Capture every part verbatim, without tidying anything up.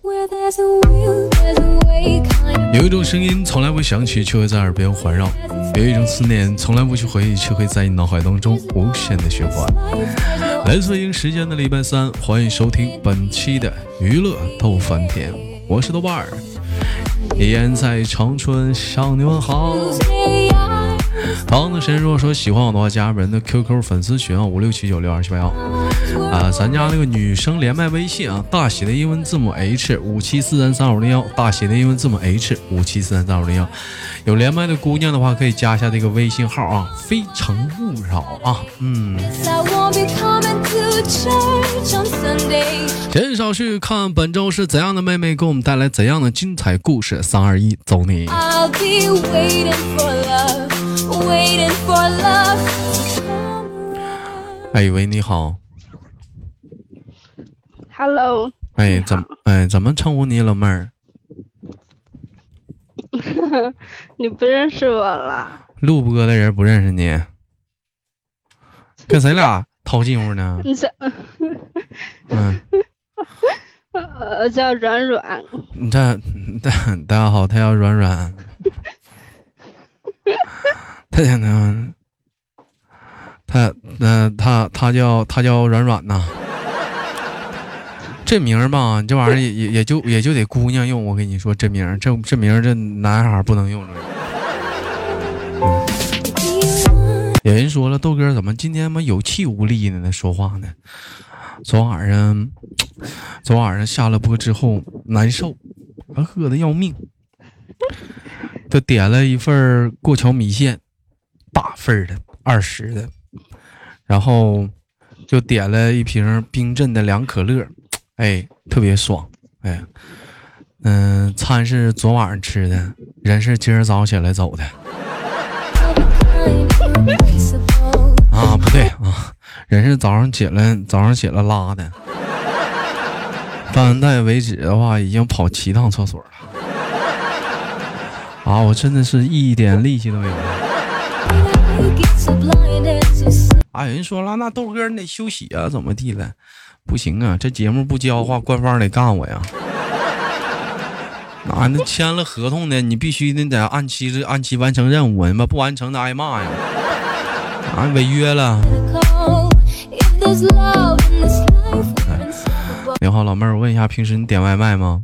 有一种声音从来不响起，却会在耳边环绕；有一种思念从来不去回忆，却会在你脑海当中无限的循环。来自北京时间的礼拜三，欢迎收听本期的娱乐逗翻天，我是豆瓣儿，依然在长春向你们好。好的，谁如果说喜欢我的话，加本人的 Q Q 粉丝群啊，五六七九六二七八幺啊，咱家那个女生连麦微信啊，大写的英文字母 H 五七四三三五零幺，大写的英文字母 H 五七四三三五零幺。有连麦的姑娘的话，可以加一下这个微信号啊，非诚勿扰啊。嗯，减少去看本周是怎样的妹妹给我们带来怎样的精彩故事。三二一，走你！哎喂，你好。 Hello。 哎，怎哎怎么称呼你老妹儿？ 你不认识我了？ 录播的人不认识你，跟谁俩套近乎呢？ 你这， 嗯， 呃，叫软软。 你这大大家好，他叫软软。他想呢，他那、呃、他他叫他叫软软呐。这名儿吧，这玩意儿也也也就也就得姑娘用。我跟你说，这名儿这这名儿这男孩不能用了。嗯、有人说了，豆哥怎么今天嘛有气无力的呢？说话呢？昨晚上昨晚上下了播之后难受，饿得要命，就点了一份过桥米线，大份的二十的，然后就点了一瓶冰镇的凉可乐。哎，特别爽！哎，嗯、呃，餐是昨晚上吃的，人是今儿早起来走的。啊，不对啊，人是早上起来早上起来拉的。到现在为止的话，已经跑七趟厕所了。啊，我真的是一点力气都没有。啊，有人说了，那豆哥你得休息啊，怎么地了？不行啊，这节目不交的话，官方得干我呀！那、啊、那签了合同的，你必须得按期按期完成任务，你妈不完成的挨骂呀！啊，违约了。你好，老妹儿，我问一下，平时你点外卖吗？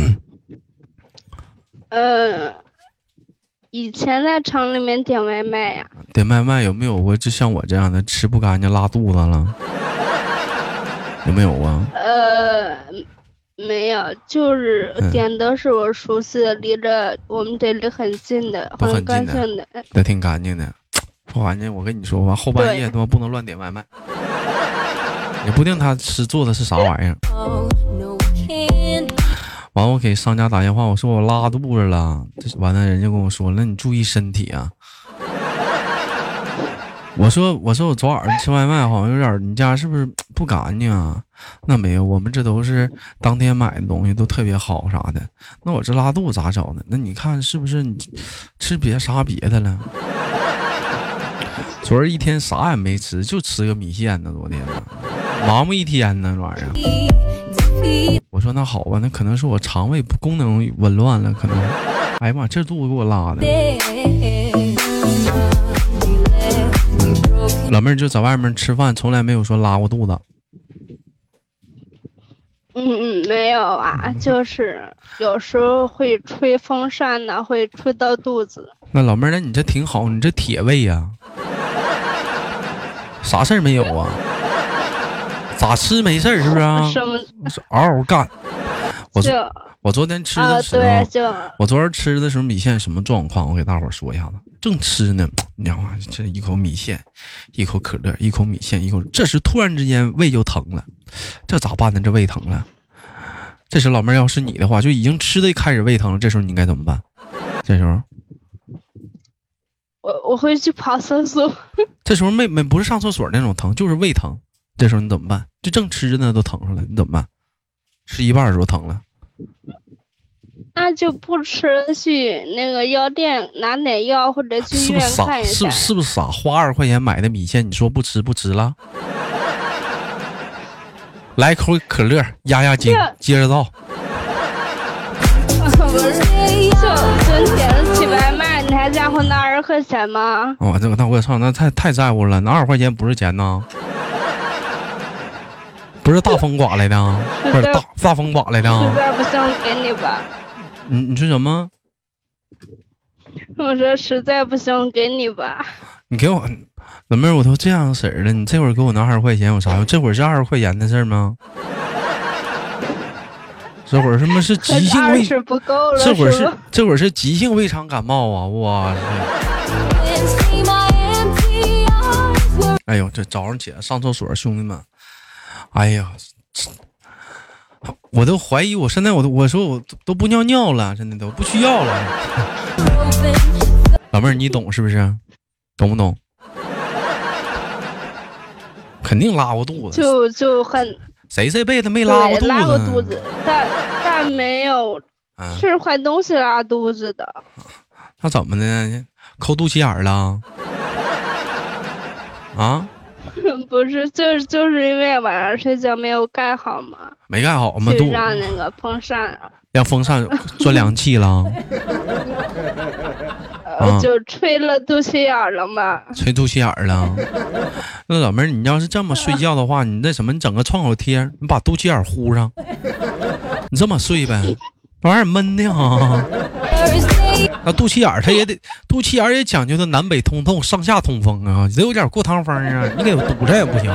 呃，以前在厂里面点外卖呀。 点外卖有没有过就像我这样的吃不干净拉肚子了？有没有啊？ 呃，没有，就是点的是我熟悉的，离着我们这里很近的， 都很干净的， 净的， 都挺干净的。不干净，我跟你说吧，后半夜他妈不能乱点外卖，也不定他吃做的是啥玩意儿。完，我给商家打电话，我说我拉肚子了，完了人家跟我说，那你注意身体啊。我说我说我昨晚上吃外卖好像有点，你家是不是不干净啊？那没有，我们这都是当天买的东西，都特别好啥的。那我这拉肚子咋整的？那你看是不是你吃别啥别的了？昨儿一天啥也没吃，就吃个米线呢。昨天忙活一天呢，这玩意儿。我说那好吧，那可能是我肠胃功能紊乱了，可能。哎呀妈，这肚子给我拉的。老妹儿就在外面吃饭，从来没有说拉过肚子。 嗯嗯，没有啊，就是有时候会吹风扇呢，会吹到肚子。 那老妹儿，那你这挺好，你这铁胃呀、啊，啥事儿没有啊？咋吃没事儿是不是啊？ 什么？ 嗷嗷干。我我昨天吃的时候， 啊、对我昨天吃的时候米线什么状况？我给大伙儿说一下子。正吃呢，你知道吗？这一口米线，一口可乐，一口米线，一口，这时突然之间胃就疼了，这咋办呢？这胃疼了，这时老妹儿要是你的话，就已经吃的开始胃疼了，这时候你应该怎么办？这时候， 我我会去跑厕所。 这时候没没不是上厕所那种疼，就是胃疼。这时候你怎么办？就正吃着呢，都疼上了，你怎么办？吃一半的时候疼了。 那就不吃，去那个药店拿点药，或者去医院看一下。 是不是傻？是不是傻？花二十块钱买的米线，你说不吃不吃了？来口可乐压压惊，接着造。 可不是，就就你点了起外卖，你还在乎那二十块钱吗？ 哦，这个那我操，那太太在乎了，那二十块钱不是钱呐，不是大风刮来的，不是大大风刮来的。 实在不行给你吧。 你你说什么？ 我说实在不行给你吧。 你给我，老妹儿，我都这样式儿了，你这会儿给我拿二十块钱有啥用？这会儿是二十块钱的事儿吗？这会儿什么是急性胃？ 不够了， 这会儿是是这会儿是急性胃肠感冒啊！哇塞！哎呦，这早上起来上厕所，兄弟们，哎呀，我都怀疑，我现在我都我说我都不尿尿了，真的都不需要了。老妹儿，你懂是不是？懂不懂？肯定拉过肚子， 就就很。 谁这辈子没拉过肚子？ 拉过肚子，但但没有吃坏东西拉肚子的。 那怎么的？抠肚脐眼儿了？啊？ 不是，就是就是因为晚上睡觉没有盖好嘛。 没盖好吗？ 就让那个风扇， 让风扇钻凉气了。 呃，就吹了肚脐眼了嘛。 吹肚脐眼了。那老妹儿，你要是这么睡觉的话，你那什么，你整个创口贴，你把肚脐眼糊上，你这么睡呗，那玩意儿闷的啊。那肚脐眼它也得，肚脐眼也讲究的南北通透、上下通风啊，得有点过堂风啊，你给我堵上也不行。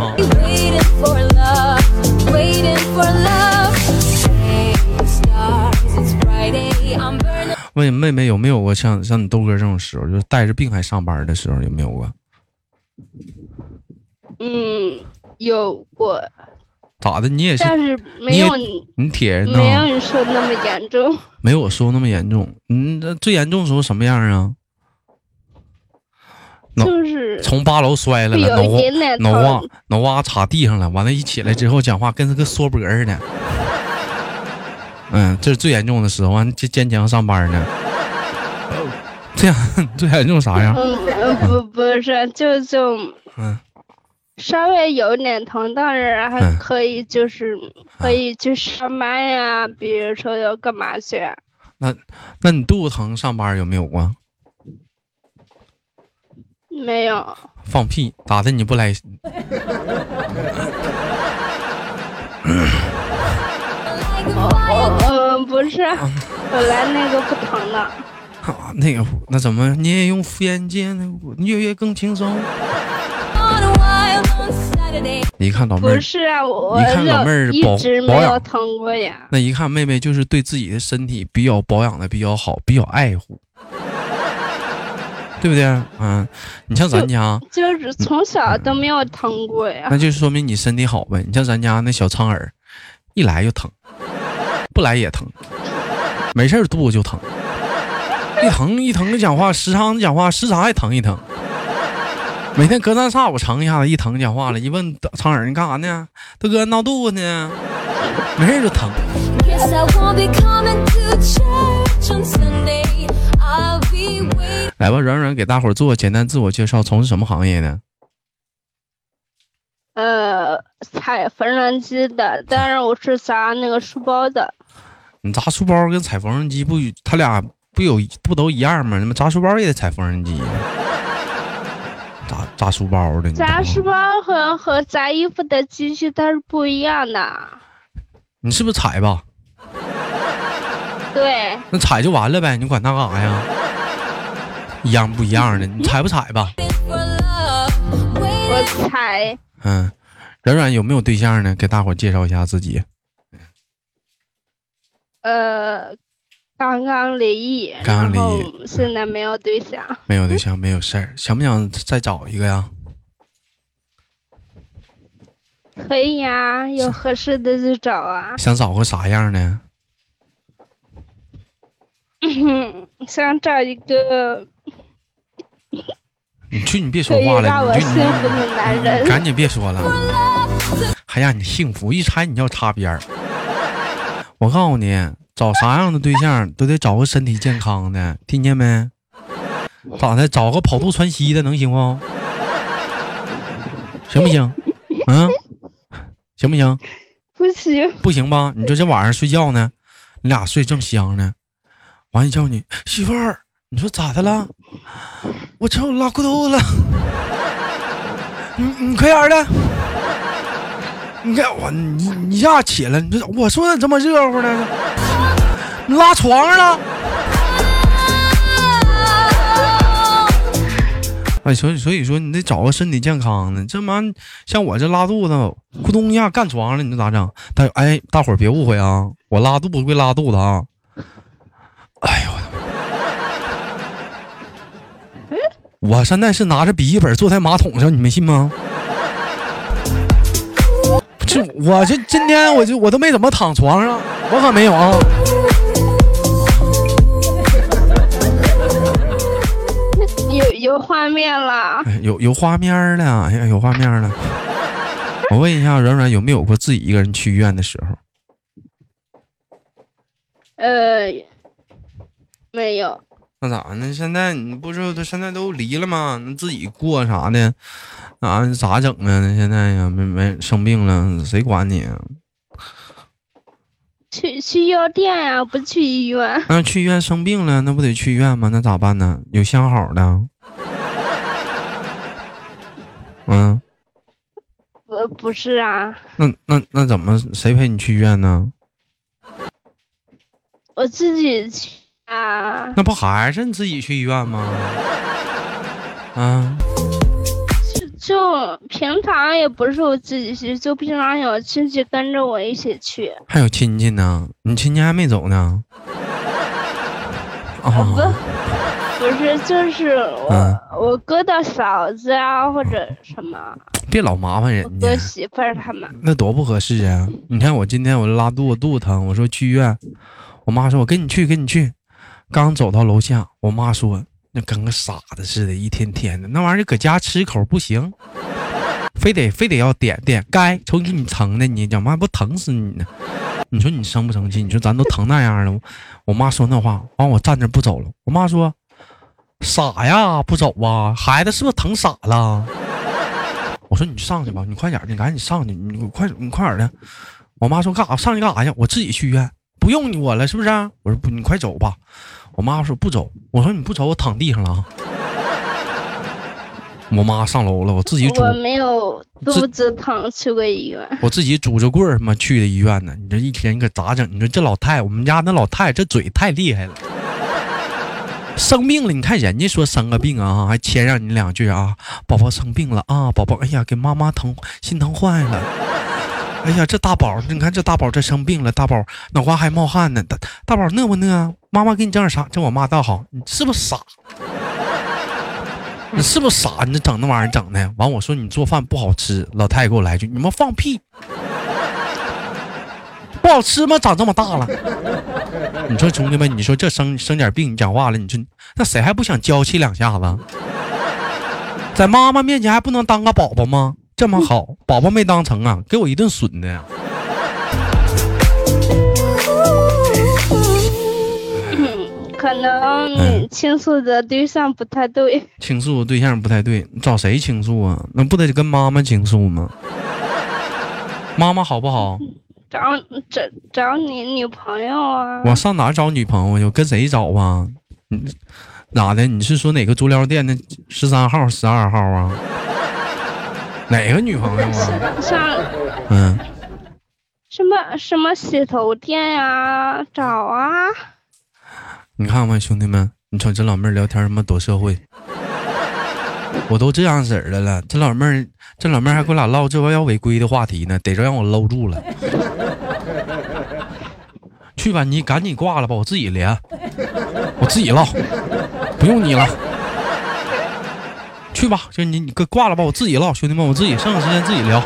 问妹妹有没有过像像你豆哥这种时候，就是带着病还上班的时候，有没有过？ 嗯，有过。 咋的？你也是？ 但是没有你， 你铁人呢？ 没有你说那么严重。 没有我说那么严重。嗯，那最严重的时候什么样啊？ 就是从八楼摔了了，脑脑瓜脑瓜插地上了，完了，一起来之后讲话跟个缩脖似的。嗯，这是最严重的时候，完坚坚强上班呢。这样最严重啥样？ 嗯，不不是，就就嗯， 稍微有点疼，当然还可以，就是可以去上班呀。比如说要干嘛去？ 那那你肚子疼上班有没有过？ 没有。 放屁！咋的？你不来？ 我嗯不是，本来那个不疼的。 啊，那个那怎么你也用敷衍剂呢？越越更轻松。你看老妹儿， 不是啊，我一看老妹儿一直没有疼过呀。 那一看妹妹就是对自己的身体比较保养的比较好，比较爱护。对不对？嗯，你像咱家就，就是从小都没有疼过呀。 那就说明你身体好呗。你像咱家那小苍耳，一来就疼，不来也疼，没事肚子就疼，一疼一疼的讲话，时常讲话，时常还疼一疼。每天隔三差五疼一下子，一疼讲话了，一问苍耳你干啥呢？大哥闹肚子呢，没事就疼。来吧，软软给大伙儿做个简单自我介绍，从事什么行业的？ 呃，踩缝纫机的，但是我是砸那个书包的。 你砸书包跟踩缝纫机不，他俩不有不都一样吗？你们砸书包也得踩缝纫机，砸砸书包的。 砸书包和和砸衣服的机器它是不一样的。 你是不是踩吧？ 对。 那踩就完了呗，你管它干啥呀？一样不一样的，你踩不踩吧？ 我踩。 嗯，软软有没有对象呢？给大伙介绍一下自己。 呃，刚刚离异， 刚刚离异， 现在没有对象。 没有对象，没有事儿，想不想再找一个呀？ 可以呀，有合适的就找啊。 想找个啥样的？ 嗯，想找一个。 你去，你别说话了， 让我幸福的男人。 赶紧别说了，还让你幸福，一猜你要擦边儿。我告诉你，找啥样的对象都得找个身体健康的，听见没？咋的？找个跑肚窜稀的能行不？行不行？嗯，行不行？ 不行， 不行吧？你就这晚上睡觉呢，你俩睡正香呢， 完一叫你媳妇儿，你说咋的了？我操，拉裤兜子了！你你快点的！你看我，你你一下起来，你说我说这么热乎呢，你拉床上了。哎，所以所以说你得找个身体健康的，这妈像我这拉肚子，咕咚一下干床上了，你说咋整？大哎，大伙儿别误会啊，我拉肚子归拉肚子啊。哎呦我我现在是拿着笔记本坐在马桶上，你们信吗？这我这今天我就我都没怎么躺床上，我可没有啊。 有有画面了， 哎、有有画面了，哎呀，有画面了。我问一下，软软有没有过自己一个人去医院的时候？ 呃，没有。 那咋呢？现在你不是都现在都离了吗？那自己过啥的啊？咋整啊？那现在呀，没没生病了，谁管你啊？ 去去药店呀、啊，不去医院。 那、啊、去医院生病了，那不得去医院吗？那咋办呢？有相好的？嗯， 呃，不是啊。 那那那怎么？谁陪你去医院呢？ 我自己去啊。 那不还是你自己去医院吗？啊。 就平常也不是我自己去，就平常有亲戚跟着我一起去。 还有亲戚呢？你亲戚还没走呢？ 啊、哦，不，不是，就是我、嗯、我哥的嫂子啊，或者什么。 别老麻烦人家。 我哥媳妇儿他们。 那多不合适啊！你看我今天我拉肚子，肚子疼，我说去医院，我妈说我跟你去，跟你去。刚走到楼下，我妈说。那跟个傻子似的，一天天的那玩意儿搁家吃一口不行，非得非得要点点，该瞅给你疼的，你讲妈不疼死你呢？你说你生不生气？你说咱都疼那样了，我妈说那话，完我站着不走了。我妈说傻呀，不走啊，孩子是不是疼傻了？我说你上去吧，你快点，你赶紧上去，你快你快点的。我妈说干啥？上去干啥去？我自己去医院，不用你我了，是不是？我说不，你快走吧。我妈说不走，我说你不走，我躺地上了啊。我妈上楼了，我自己拄。 我没有肚子疼去过医院， 我自己拄着棍儿嘛去的医院呢。你这一天你可咋整？你说这老太，我们家那老太这嘴太厉害了，生病了，你看人家说生个病啊，还谦让你两句啊，宝宝生病了啊，宝宝，哎呀，给妈妈疼，心疼坏了。哎呀，这大宝，你看这大宝这生病了，大宝脑瓜还冒汗呢，大大宝饿不饿？妈妈给你整点啥？这我妈倒好，你是不是傻？你是不是傻？你这整那玩意儿整的，完我说你做饭不好吃，老太太给我来句，你们放屁，不好吃吗？长这么大了，你说兄弟们，你说这生生点病，你讲话了，你说那谁还不想娇气两下子？在妈妈面前还不能当个宝宝吗？这么好，宝宝没当成啊，给我一顿损的呀！ 可能你倾诉的对象不太对，嗯、 倾诉的对象不太对，你找谁倾诉啊？那不得跟妈妈倾诉吗？妈妈好不好？ 找找找你女朋友啊！ 我上哪找女朋友？我跟谁找啊？你哪的？你是说哪个足疗店的十三号、十二号啊？哪个女朋友啊？ 像嗯， 什么什么洗头店呀、啊？找啊！ 你看看兄弟们，你瞅这老妹儿聊天他妈多社会，我都这样式儿的了，这老妹儿这老妹儿还跟我俩唠这要违规的话题呢，得着让我搂住了。去吧，你赶紧挂了吧，我自己连，我自己唠，不用你了。去吧，就你你给挂了吧，我自己唠，兄弟们，我自己剩下时间自己聊。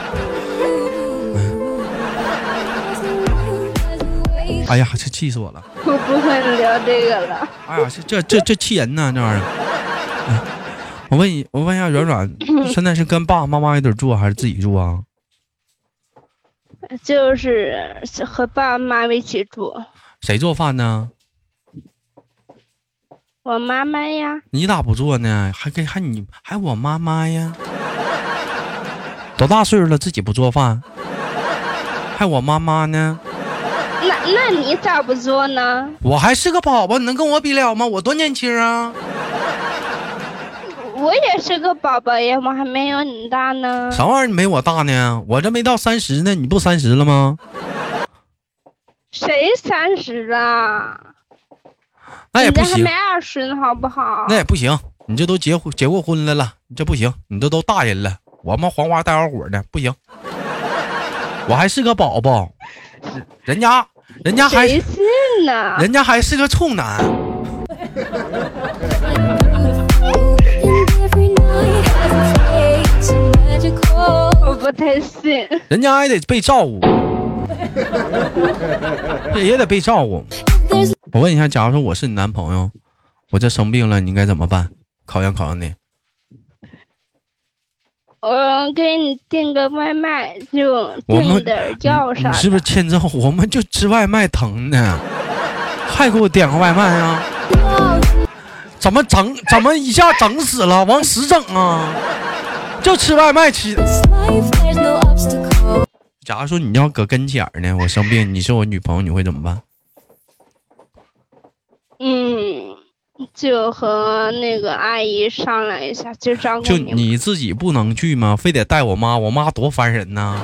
哎呀，这气死我了！ 我不会聊这个了。 哎呀，这这这气人呢，这玩意儿。嗯、我问你，我问一下，软软现在是跟爸爸妈妈一起住还是自己住啊？ 就是和爸爸妈妈一起住。 谁做饭呢？ 我妈妈呀。 你咋不做呢？还跟还你还我妈妈呀？多大岁数了自己不做饭？还我妈妈呢？ 那那你咋不做呢？ 我还是个宝宝，你能跟我比了吗？我多年轻啊！ 我也是个宝宝呀，我还没有你大呢。 啥玩意儿？你没我大呢？我这没到三十呢，你不三十了吗？ 谁三十了？ 那也不行， 你这还没二十呢，好不好？ 那也不行，你这都结婚结过婚来了，你这不行，你这都大人了，我们黄花大小伙的不行，我还是个宝宝，人家人家还谁信呢？ 人家还是个处男。 我不太信， 人家还得被照顾，这也得被照顾。我问一下，假如说我是你男朋友，我这生病了，你应该怎么办？考验考验你。 我给你订个外卖，就订点药啥的。 你是不是欠揍？我们就吃外卖疼呢，还给我点个外卖啊？怎么整？怎么一下整死了？往死整啊！就吃外卖吃。假如说你要搁跟前呢，我生病，你是我女朋友，你会怎么办？ 嗯，就和那个阿姨商量一下，就照顾就你。 你自己不能去吗？非得带我妈，我妈多烦人呐！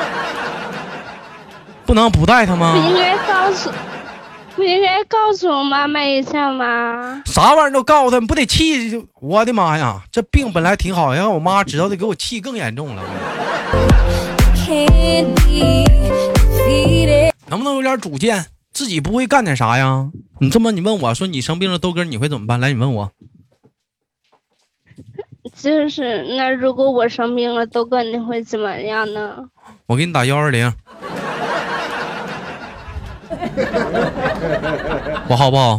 不能不带她吗？ 不应该告诉，不应该告诉我妈妈一下吗？ 啥玩意儿都告诉她，不得气！我的妈呀，这病本来挺好，让我妈知道的，给我气更严重了。能不能有点主见？自己不会干点啥呀？你这么你问我说你生病了，豆哥你会怎么办？来，你问我。 就是那如果我生病了，豆哥你会怎么样呢？ 我给你打幺二零，我好不好？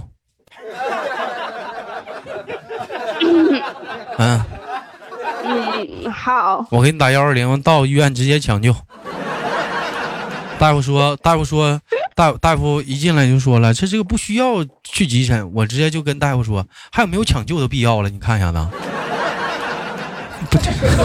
嗯嗯，好。 我给你打幺二零，到医院直接抢救。大夫说，大夫说，大大夫一进来就说了，这这个不需要去急诊。我直接就跟大夫说，还有没有抢救的必要了？你看一下子。不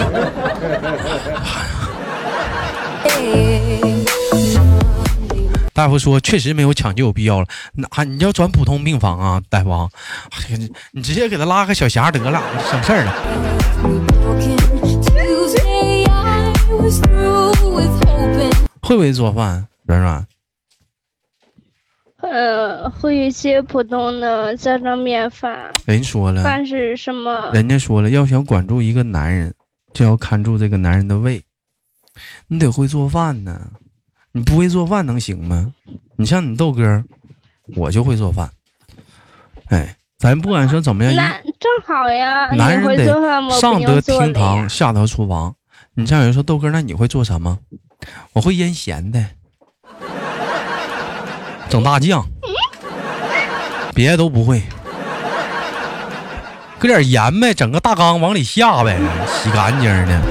大夫说确实没有抢救必要了，那你要转普通病房啊，大夫啊，你你直接给他拉个小匣得了，省事儿了。会不会做饭，软软？ 呃，会一些普通的家常便饭。 人说了， 饭是什么？ 人家说了，要想管住一个男人，就要看住这个男人的胃。你得会做饭呢，你不会做饭能行吗？你像你豆哥，我就会做饭。哎，咱不管说怎么样， 那正好呀。 男人得上得厅堂，下得厨房。你像有人说豆哥，那你会做什么？我会腌咸的，整大酱，别的都不会。搁点盐呗，整个大缸往里下呗，洗干净的。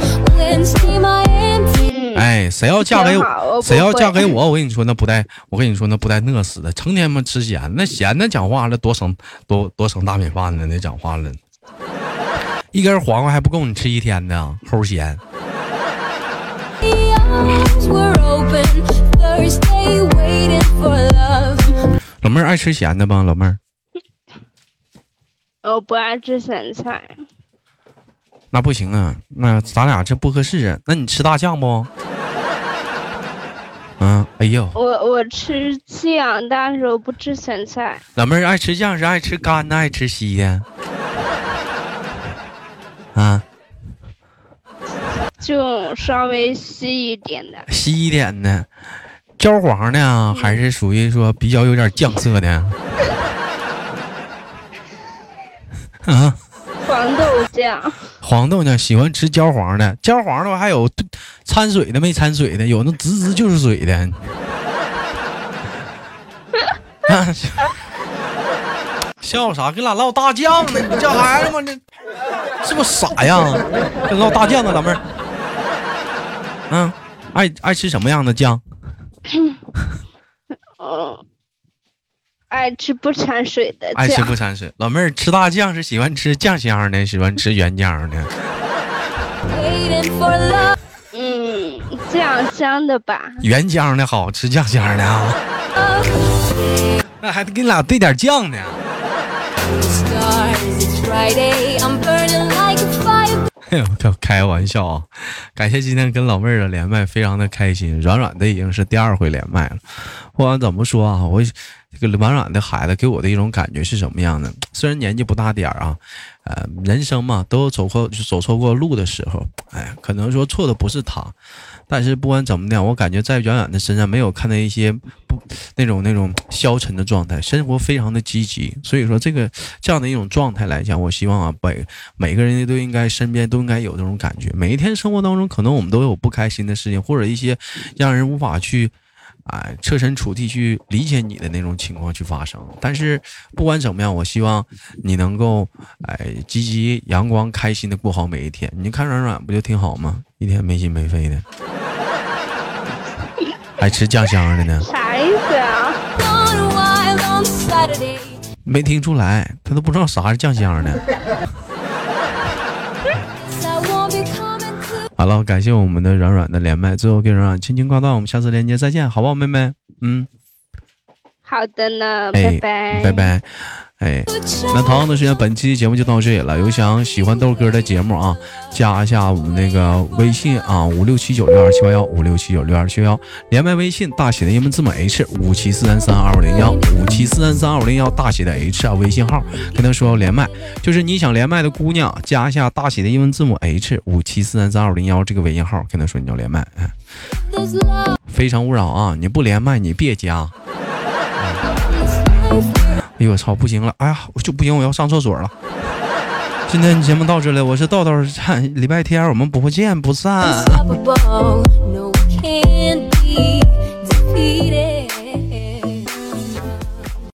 哎，谁要嫁给我，谁要嫁给我，我跟你说那不带，我跟你说那不带饿死的，成天嘛吃咸，那咸的讲话了多省多多省大米饭了，那讲话了，一根黄瓜还不够你吃一天的，齁咸。老妹儿爱吃咸的吧？老妹儿， 我不爱吃咸菜。 那不行啊，那咱俩这不合适啊。那你吃大酱不？嗯，哎呦， 我我吃酱，但是我不吃咸菜。 老妹儿爱吃酱是爱吃干的，爱吃稀的？啊？ 就稍微稀一点的， 稀一点的，焦黄的啊，还是属于说比较有点酱色的？啊， 黄豆酱。 黄豆酱喜欢吃焦黄的，焦黄的还有掺水的没掺水的，有那直直就是水的。啊、笑啥？跟俺唠大酱呢？你这孩子吗？这是不是傻呀？跟唠大酱呢，老妹儿。嗯，爱爱吃什么样的酱？ 嗯，爱吃不掺水的酱。 爱吃不掺水。老妹儿吃大酱是喜欢吃酱香的，喜欢吃原酱的。 嗯，酱香的吧。 原浆的好吃，酱香的啊。 那还得给你俩兑点酱呢。哎呦，开玩笑啊！感谢今天跟老妹儿的连麦，非常的开心。软软的已经是第二回连麦了。不管怎么说啊，我这个软软的孩子给我的一种感觉是什么样的？虽然年纪不大点儿啊，呃，人生嘛都有走过走错过路的时候。哎，可能说错的不是他，但是不管怎么样，我感觉在软软的身上没有看到一些不那种那种消沉的状态，生活非常的积极。所以说这个这样的一种状态来讲，我希望啊，每每个人都应该身边都应该有这种感觉。每一天生活当中，可能我们都有不开心的事情，或者一些让人无法去哎，设身处地去理解你的那种情况去发生。但是不管怎么样，我希望你能够哎积极阳光开心的过好每一天。你看软软不就挺好吗？一天没心没肺的，还吃酱香的呢。 啥意思啊？ 没听出来，他都不知道啥是酱香的。好了，感谢我们的软软的连麦，最后跟软软轻轻挂断，我们下次连接再见，好不好，妹妹？嗯， 好的呢， 哎、 拜拜， 拜拜。哎，那同样的时间，本期节目就到这里了。有想喜欢豆哥的节目啊，加一下我们那个微信啊，五六七九六二七八幺，五六七九六二七幺，连麦微信大写的英文字母 H 五七四三三二五零幺，五七四三三二五零幺大写的 H 啊，微信号跟他说连麦，就是你想连麦的姑娘，加一下大写的英文字母 H 五七四三三二五零幺这个微信号，跟他说你要连麦。哎，非诚勿扰啊，你不连麦你别加。哎呦我操，不行了！哎呀，我就不行，我要上厕所了。今天节目到这里，我是豆豆，礼拜天我们不见不散。